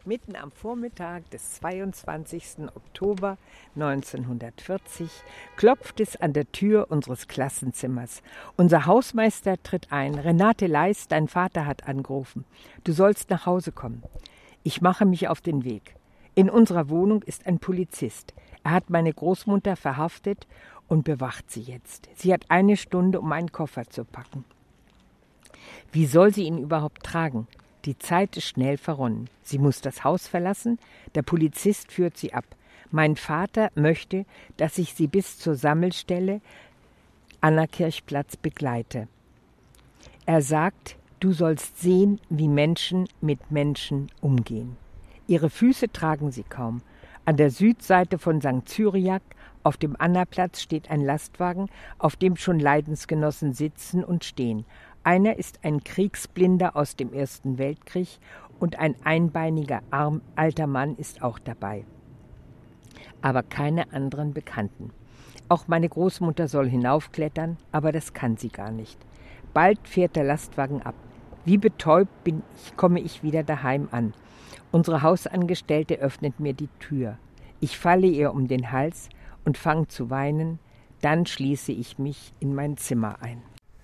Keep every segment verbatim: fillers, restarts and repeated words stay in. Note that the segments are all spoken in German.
Mitten am Vormittag des zweiundzwanzigsten Oktober neunzehnhundertvierzig klopft es an der Tür unseres Klassenzimmers. Unser Hausmeister tritt ein. Renate Leis, dein Vater hat angerufen. Du sollst nach Hause kommen. Ich mache mich auf den Weg. In unserer Wohnung ist ein Polizist. Er hat meine Großmutter verhaftet und bewacht sie jetzt. Sie hat eine Stunde, um einen Koffer zu packen. Wie soll sie ihn überhaupt tragen? Die Zeit ist schnell verronnen. Sie muss das Haus verlassen. Der Polizist führt sie ab. Mein Vater möchte, dass ich sie bis zur Sammelstelle Annakirchplatz begleite. Er sagt, du sollst sehen, wie Menschen mit Menschen umgehen. Ihre Füße tragen sie kaum. An der Südseite von Sankt Cyriak auf dem Annaplatz steht ein Lastwagen, auf dem schon Leidensgenossen sitzen und stehen. Einer ist ein Kriegsblinder aus dem Ersten Weltkrieg und ein einbeiniger arm, alter Mann ist auch dabei. Aber keine anderen Bekannten. Auch meine Großmutter soll hinaufklettern, aber das kann sie gar nicht. Bald fährt der Lastwagen ab. Wie betäubt bin ich, komme ich wieder daheim an. Unsere Hausangestellte öffnet mir die Tür. Ich falle ihr um den Hals und fange zu weinen. Dann schließe ich mich in mein Zimmer ein.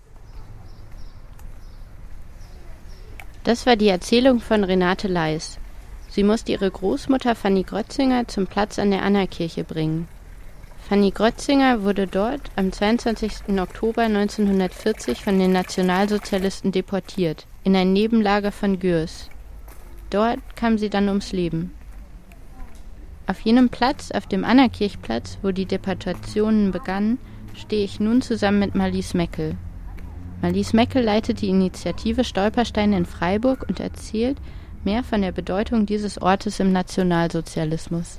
Das war die Erzählung von Renate Leis. Sie musste ihre Großmutter Fanny Grötzinger zum Platz an der Annakirche bringen. Fanny Grötzinger wurde dort am zweiundzwanzigsten Oktober neunzehnhundertvierzig von den Nationalsozialisten deportiert, in ein Nebenlager von Gürs. Dort kam sie dann ums Leben. Auf jenem Platz, auf dem Annakirchplatz, wo die Deportationen begannen, stehe ich nun zusammen mit Marlies Meckel. Marlies Meckel leitet die Initiative Stolpersteine in Freiburg und erzählt mehr von der Bedeutung dieses Ortes im Nationalsozialismus.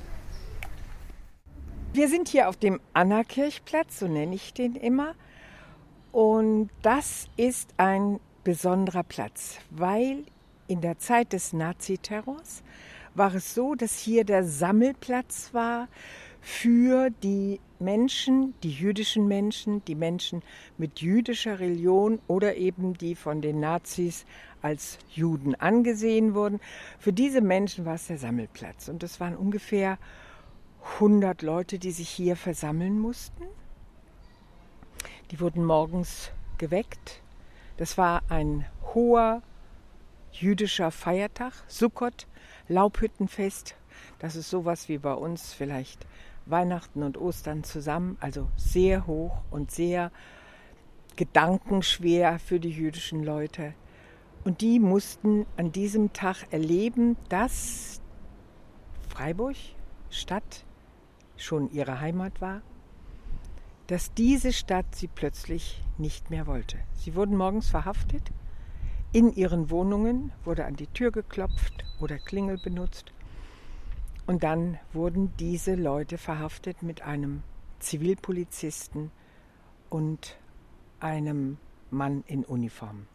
Wir sind hier auf dem Annakirchplatz, so nenne ich den immer. Und das ist ein besonderer Platz, weil in der Zeit des Naziterrors war es so, dass hier der Sammelplatz war für die Menschen, die jüdischen Menschen, die Menschen mit jüdischer Religion oder eben die von den Nazis als Juden angesehen wurden. Für diese Menschen war es der Sammelplatz. Und es waren ungefähr hundert Leute, die sich hier versammeln mussten. Die wurden morgens geweckt. Das war ein hoher jüdischer Feiertag, Sukkot, Laubhüttenfest. Das ist sowas wie bei uns vielleicht Weihnachten und Ostern zusammen, also sehr hoch und sehr gedankenschwer für die jüdischen Leute. Und die mussten an diesem Tag erleben, dass Freiburg, Stadt, schon ihre Heimat war, dass diese Stadt sie plötzlich nicht mehr wollte. Sie wurden morgens verhaftet. In ihren Wohnungen wurde an die Tür geklopft oder Klingel benutzt. Und dann wurden diese Leute verhaftet mit einem Zivilpolizisten und einem Mann in Uniform.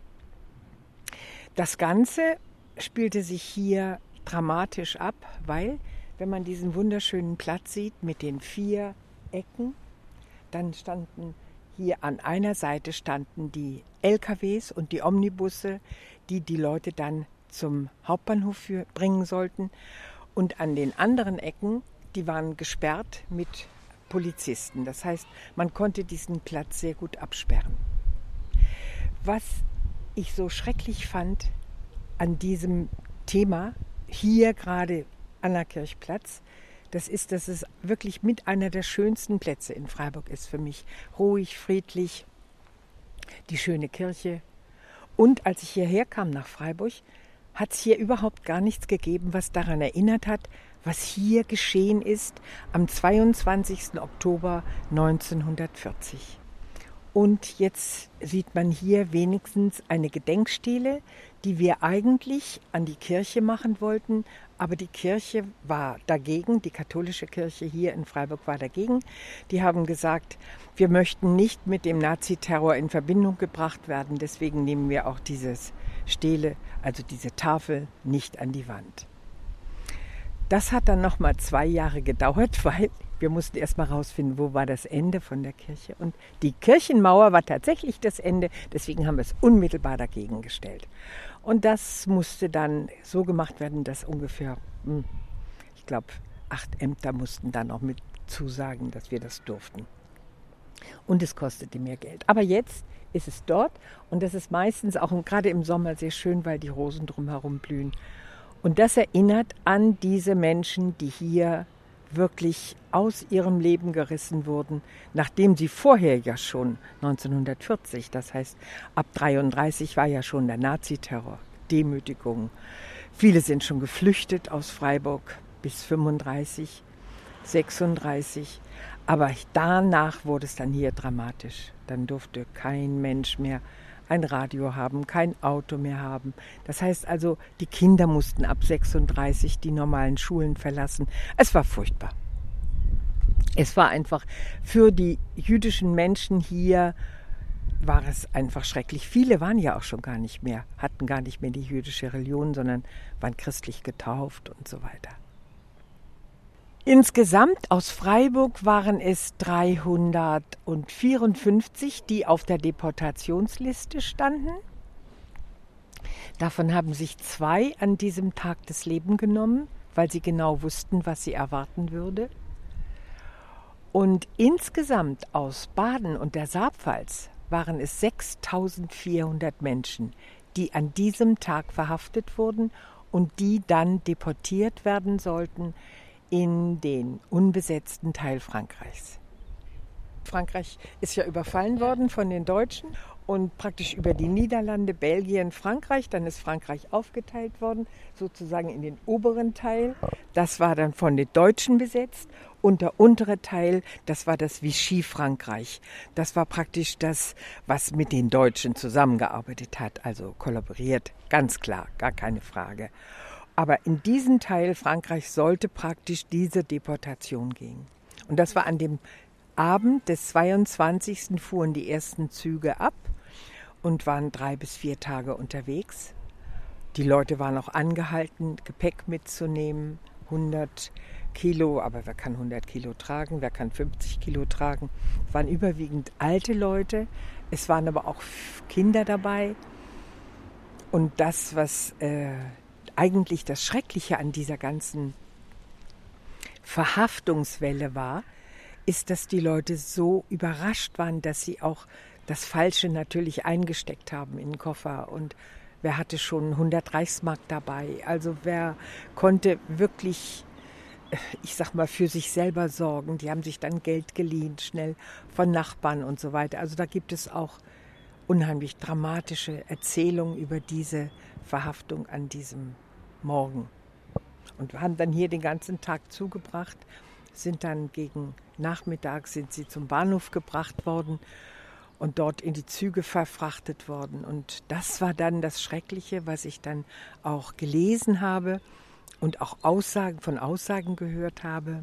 Das Ganze spielte sich hier dramatisch ab, weil, wenn man diesen wunderschönen Platz sieht mit den vier Ecken, dann standen hier an einer Seite standen die L K Ws und die Omnibusse, die die Leute dann zum Hauptbahnhof für, bringen sollten. Und an den anderen Ecken, die waren gesperrt mit Polizisten. Das heißt, man konnte diesen Platz sehr gut absperren. Was ich so schrecklich fand an diesem Thema, hier gerade Annakirchplatz, das ist, dass es wirklich mit einer der schönsten Plätze in Freiburg ist für mich. Ruhig, friedlich, die schöne Kirche. Und als ich hierher kam nach Freiburg, hat es hier überhaupt gar nichts gegeben, was daran erinnert hat, was hier geschehen ist am zweiundzwanzigsten Oktober neunzehnhundertvierzig. Und jetzt sieht man hier wenigstens eine Gedenkstele, die wir eigentlich an die Kirche machen wollten, aber die Kirche war dagegen, die katholische Kirche hier in Freiburg war dagegen. Die haben gesagt, wir möchten nicht mit dem Naziterror in Verbindung gebracht werden, deswegen nehmen wir auch dieses Stele, also diese Tafel, nicht an die Wand. Das hat dann noch mal zwei Jahre gedauert, weil wir mussten erst mal rausfinden, wo war das Ende von der Kirche. Und die Kirchenmauer war tatsächlich das Ende, deswegen haben wir es unmittelbar dagegen gestellt. Und das musste dann so gemacht werden, dass ungefähr, ich glaube, acht Ämter mussten dann auch mit zusagen, dass wir das durften. Und es kostete mehr Geld. Aber jetzt ist es dort und das ist meistens auch gerade im Sommer sehr schön, weil die Rosen drumherum blühen. Und das erinnert an diese Menschen, die hier wirklich aus ihrem Leben gerissen wurden, nachdem sie vorher ja schon neunzehnhundertvierzig, das heißt ab dreiunddreißig war ja schon der Naziterror, Demütigung. Viele sind schon geflüchtet aus Freiburg bis fünfunddreißig, sechsunddreißig. Aber danach wurde es dann hier dramatisch. Dann durfte kein Mensch mehr ein Radio haben, kein Auto mehr haben. Das heißt also, die Kinder mussten ab sechsunddreißig die normalen Schulen verlassen. Es war furchtbar. Es war einfach für die jüdischen Menschen hier, war es einfach schrecklich. Viele waren ja auch schon gar nicht mehr, hatten gar nicht mehr die jüdische Religion, sondern waren christlich getauft und so weiter. Insgesamt aus Freiburg waren es dreihundertvierundfünfzig, die auf der Deportationsliste standen. Davon haben sich zwei an diesem Tag das Leben genommen, weil sie genau wussten, was sie erwarten würde. Und insgesamt aus Baden und der Saarpfalz waren es sechstausendvierhundert Menschen, die an diesem Tag verhaftet wurden und die dann deportiert werden sollten in den unbesetzten Teil Frankreichs. Frankreich ist ja überfallen worden von den Deutschen und praktisch über die Niederlande, Belgien, Frankreich. Dann ist Frankreich aufgeteilt worden, sozusagen in den oberen Teil. Das war dann von den Deutschen besetzt. Und der untere Teil, das war das Vichy-Frankreich. Das war praktisch das, was mit den Deutschen zusammengearbeitet hat, also kollaboriert, ganz klar, gar keine Frage. Aber in diesen Teil Frankreichs sollte praktisch diese Deportation gehen. Und das war an dem Abend des zweiundzwanzigsten fuhren die ersten Züge ab und waren drei bis vier Tage unterwegs. Die Leute waren auch angehalten, Gepäck mitzunehmen, hundert Kilo, aber wer kann hundert Kilo tragen, wer kann fünfzig Kilo tragen. Es waren überwiegend alte Leute, es waren aber auch Kinder dabei. Und das, was äh, eigentlich das Schreckliche an dieser ganzen Verhaftungswelle war, ist, dass die Leute so überrascht waren, dass sie auch das Falsche natürlich eingesteckt haben in den Koffer. Und wer hatte schon hundert Reichsmark dabei? Also wer konnte wirklich, ich sag mal, für sich selber sorgen? Die haben sich dann Geld geliehen, schnell von Nachbarn und so weiter. Also da gibt es auch unheimlich dramatische Erzählungen über diese Verhaftung an diesem Morgen. Und wir haben dann hier den ganzen Tag zugebracht, sind dann gegen Nachmittag sind sie zum Bahnhof gebracht worden und dort in die Züge verfrachtet worden. Und das war dann das Schreckliche, was ich dann auch gelesen habe und auch Aussagen von Aussagen gehört habe,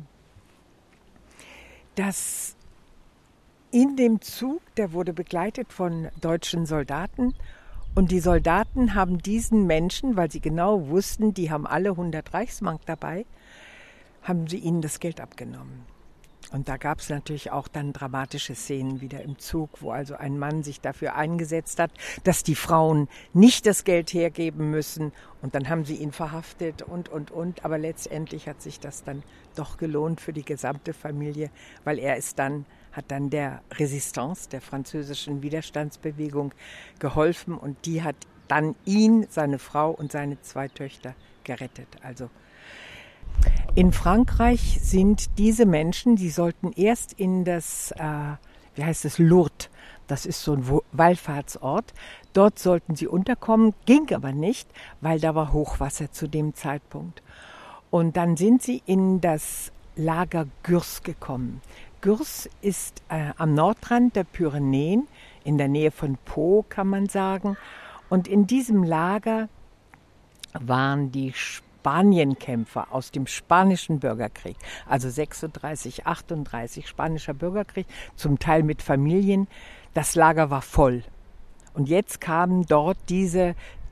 dass in dem Zug, der wurde begleitet von deutschen Soldaten, und die Soldaten haben diesen Menschen, weil sie genau wussten, die haben alle hundert Reichsmark dabei, haben sie ihnen das Geld abgenommen. Und da gab es natürlich auch dann dramatische Szenen wieder im Zug, wo also ein Mann sich dafür eingesetzt hat, dass die Frauen nicht das Geld hergeben müssen. Und dann haben sie ihn verhaftet und, und, und. Aber letztendlich hat sich das dann doch gelohnt für die gesamte Familie, weil er ist dann hat dann der Resistance, der französischen Widerstandsbewegung, geholfen und die hat dann ihn, seine Frau und seine zwei Töchter gerettet. Also in Frankreich sind diese Menschen, die sollten erst in das, äh, wie heißt es, Lourdes, das ist so ein Wallfahrtsort, dort sollten sie unterkommen, ging aber nicht, weil da war Hochwasser zu dem Zeitpunkt. Und dann sind sie in das Lager Gurs gekommen. Gurs ist äh, am Nordrand der Pyrenäen, in der Nähe von Pau, kann man sagen. Und in diesem Lager waren die Spanienkämpfer aus dem spanischen Bürgerkrieg, also sechsunddreißig, achtunddreißig, spanischer Bürgerkrieg, zum Teil mit Familien. Das Lager war voll. Und jetzt kamen dort diese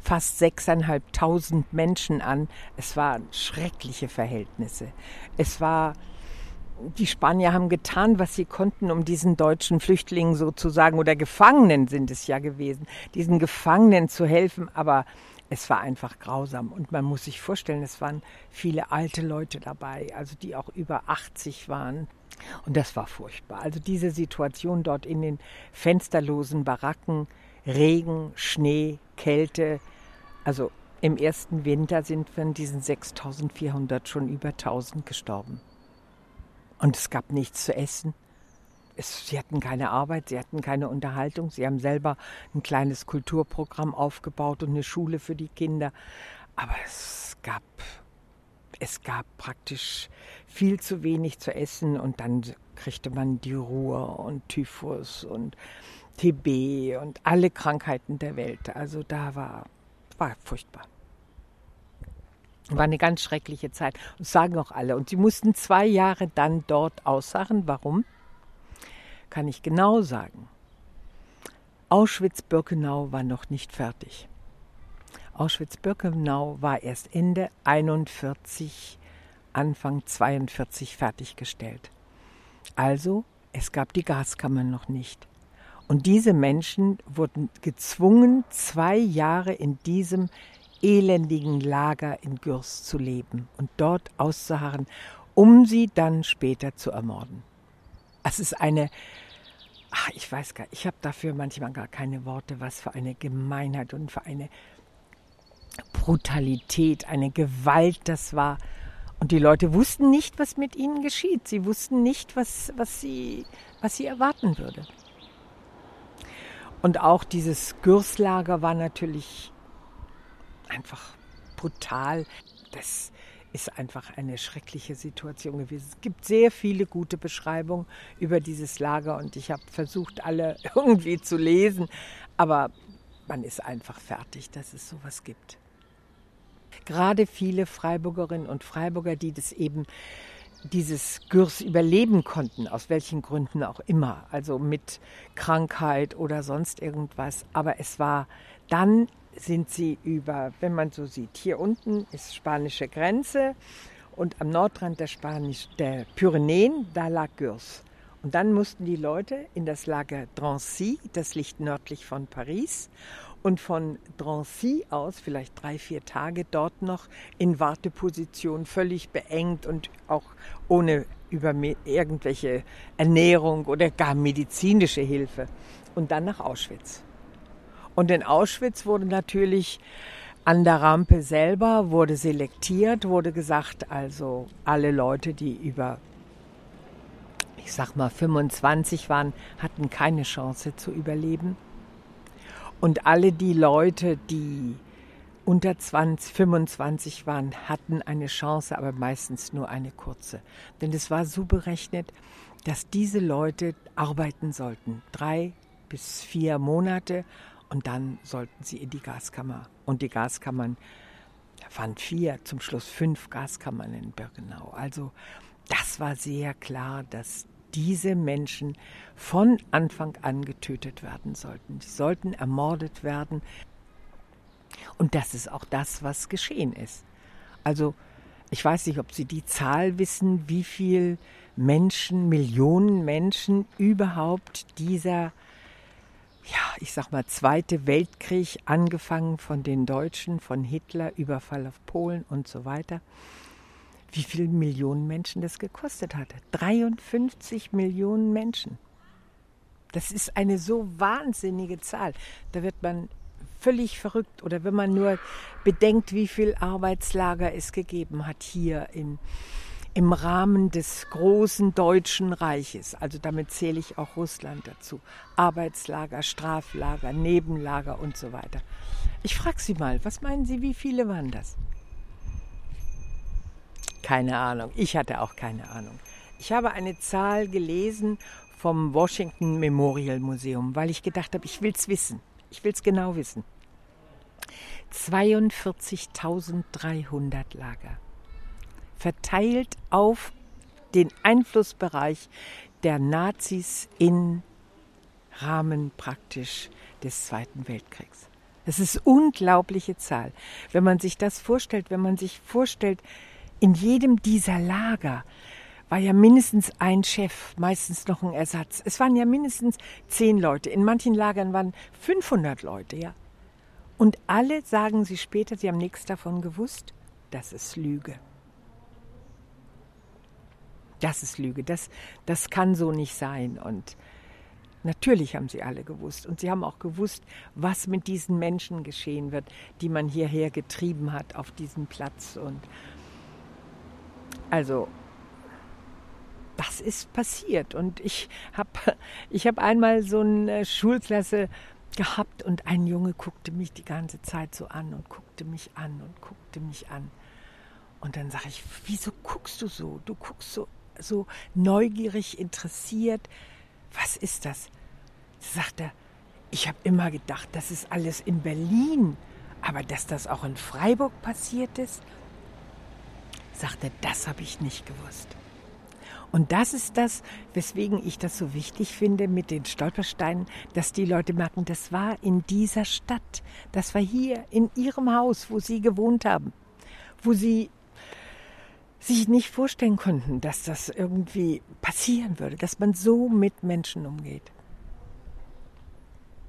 fast sechseinhalbtausend Menschen an. Es waren schreckliche Verhältnisse. Es war, die Spanier haben getan, was sie konnten, um diesen deutschen Flüchtlingen sozusagen, oder Gefangenen sind es ja gewesen, diesen Gefangenen zu helfen, aber es war einfach grausam. Und man muss sich vorstellen, es waren viele alte Leute dabei, also die auch über achtzig waren. Und das war furchtbar. Also diese Situation dort in den fensterlosen Baracken, Regen, Schnee, Kälte. Also im ersten Winter sind von diesen sechstausendvierhundert schon über tausend gestorben. Und es gab nichts zu essen. Es, sie hatten keine Arbeit, sie hatten keine Unterhaltung. Sie haben selber ein kleines Kulturprogramm aufgebaut und eine Schule für die Kinder. Aber es gab, es gab praktisch viel zu wenig zu essen. Und dann kriegte man die Ruhr und Typhus und T B und alle Krankheiten der Welt. Also da war, war furchtbar. War eine ganz schreckliche Zeit. Das sagen auch alle. Und sie mussten zwei Jahre dann dort ausharren. Warum? Kann ich genau sagen. Auschwitz-Birkenau war noch nicht fertig. Auschwitz-Birkenau war erst Ende einundvierzig, Anfang zweiundvierzig fertiggestellt. Also, es gab die Gaskammern noch nicht. Und diese Menschen wurden gezwungen, zwei Jahre in diesem elendigen Lager in Gürs zu leben und dort auszuharren, um sie dann später zu ermorden. Es ist eine, ach, ich weiß gar nicht, ich habe dafür manchmal gar keine Worte, was für eine Gemeinheit und für eine Brutalität, eine Gewalt das war. Und die Leute wussten nicht, was mit ihnen geschieht. Sie wussten nicht, was, was, sie, was sie erwarten würde. Und auch dieses Gürs-Lager war natürlich einfach brutal. Das ist einfach eine schreckliche Situation gewesen. Es gibt sehr viele gute Beschreibungen über dieses Lager und ich habe versucht, alle irgendwie zu lesen. Aber man ist einfach fertig, dass es sowas gibt. Gerade viele Freiburgerinnen und Freiburger, die das eben dieses Gürs überleben konnten, aus welchen Gründen auch immer, also mit Krankheit oder sonst irgendwas. Aber es war, dann sind sie über, wenn man so sieht, hier unten ist spanische Grenze und am Nordrand der, Spanisch, der Pyrenäen, da lag Gürs. Und dann mussten die Leute in das Lager Drancy, das liegt nördlich von Paris, und von Drancy aus, vielleicht drei, vier Tage dort noch in Warteposition, völlig beengt und auch ohne über irgendwelche Ernährung oder gar medizinische Hilfe. Und dann nach Auschwitz. Und in Auschwitz wurde natürlich an der Rampe selber wurde selektiert, wurde gesagt, also alle Leute, die über, ich sag mal, fünfundzwanzig waren, hatten keine Chance zu überleben. Und alle die Leute, die unter zwanzig, fünfundzwanzig waren, hatten eine Chance, aber meistens nur eine kurze. Denn es war so berechnet, dass diese Leute arbeiten sollten, drei bis vier Monate, und dann sollten sie in die Gaskammer. Und die Gaskammern, da waren vier, zum Schluss fünf Gaskammern in Birkenau. Also das war sehr klar, dass diese Menschen von Anfang an getötet werden sollten. Sie sollten ermordet werden. Und das ist auch das, was geschehen ist. Also ich weiß nicht, ob Sie die Zahl wissen, wie viele Menschen, Millionen Menschen überhaupt dieser, ja, ich sag mal, Zweite Weltkrieg, angefangen von den Deutschen, von Hitler, Überfall auf Polen und so weiter, wie viele Millionen Menschen das gekostet hatte. dreiundfünfzig Millionen Menschen. Das ist eine so wahnsinnige Zahl. Da wird man völlig verrückt. Oder wenn man nur bedenkt, wie viel Arbeitslager es gegeben hat hier in, im Rahmen des großen Deutschen Reiches. Also damit zähle ich auch Russland dazu. Arbeitslager, Straflager, Nebenlager und so weiter. Ich frage Sie mal, was meinen Sie, wie viele waren das? Keine Ahnung. Ich hatte auch keine Ahnung. Ich habe eine Zahl gelesen vom Washington Memorial Museum, weil ich gedacht habe, ich will es wissen. Ich will es genau wissen. zweiundvierzigtausenddreihundert Lager. Verteilt auf den Einflussbereich der Nazis im Rahmen praktisch des Zweiten Weltkriegs. Das ist eine unglaubliche Zahl. Wenn man sich das vorstellt, wenn man sich vorstellt, in jedem dieser Lager war ja mindestens ein Chef, meistens noch ein Ersatz. Es waren ja mindestens zehn Leute. In manchen Lagern waren fünfhundert Leute, ja. Und alle sagen sie später, sie haben nichts davon gewusst, das ist Lüge. Das ist Lüge, das, das kann so nicht sein. Und natürlich haben sie alle gewusst. Und sie haben auch gewusst, was mit diesen Menschen geschehen wird, die man hierher getrieben hat auf diesen Platz. Und also, das ist passiert. Und ich habe ich hab einmal so eine Schulklasse gehabt und ein Junge guckte mich die ganze Zeit so an und guckte mich an und guckte mich an. Und dann sage ich, wieso guckst du so? Du guckst so, so neugierig, interessiert. Was ist das? Sagt er, ich habe immer gedacht, das ist alles in Berlin. Aber dass das auch in Freiburg passiert ist, sagt er, das habe ich nicht gewusst. Und das ist das, weswegen ich das so wichtig finde mit den Stolpersteinen, dass die Leute merken, das war in dieser Stadt, das war hier in ihrem Haus, wo sie gewohnt haben, wo sie sich nicht vorstellen konnten, dass das irgendwie passieren würde, dass man so mit Menschen umgeht.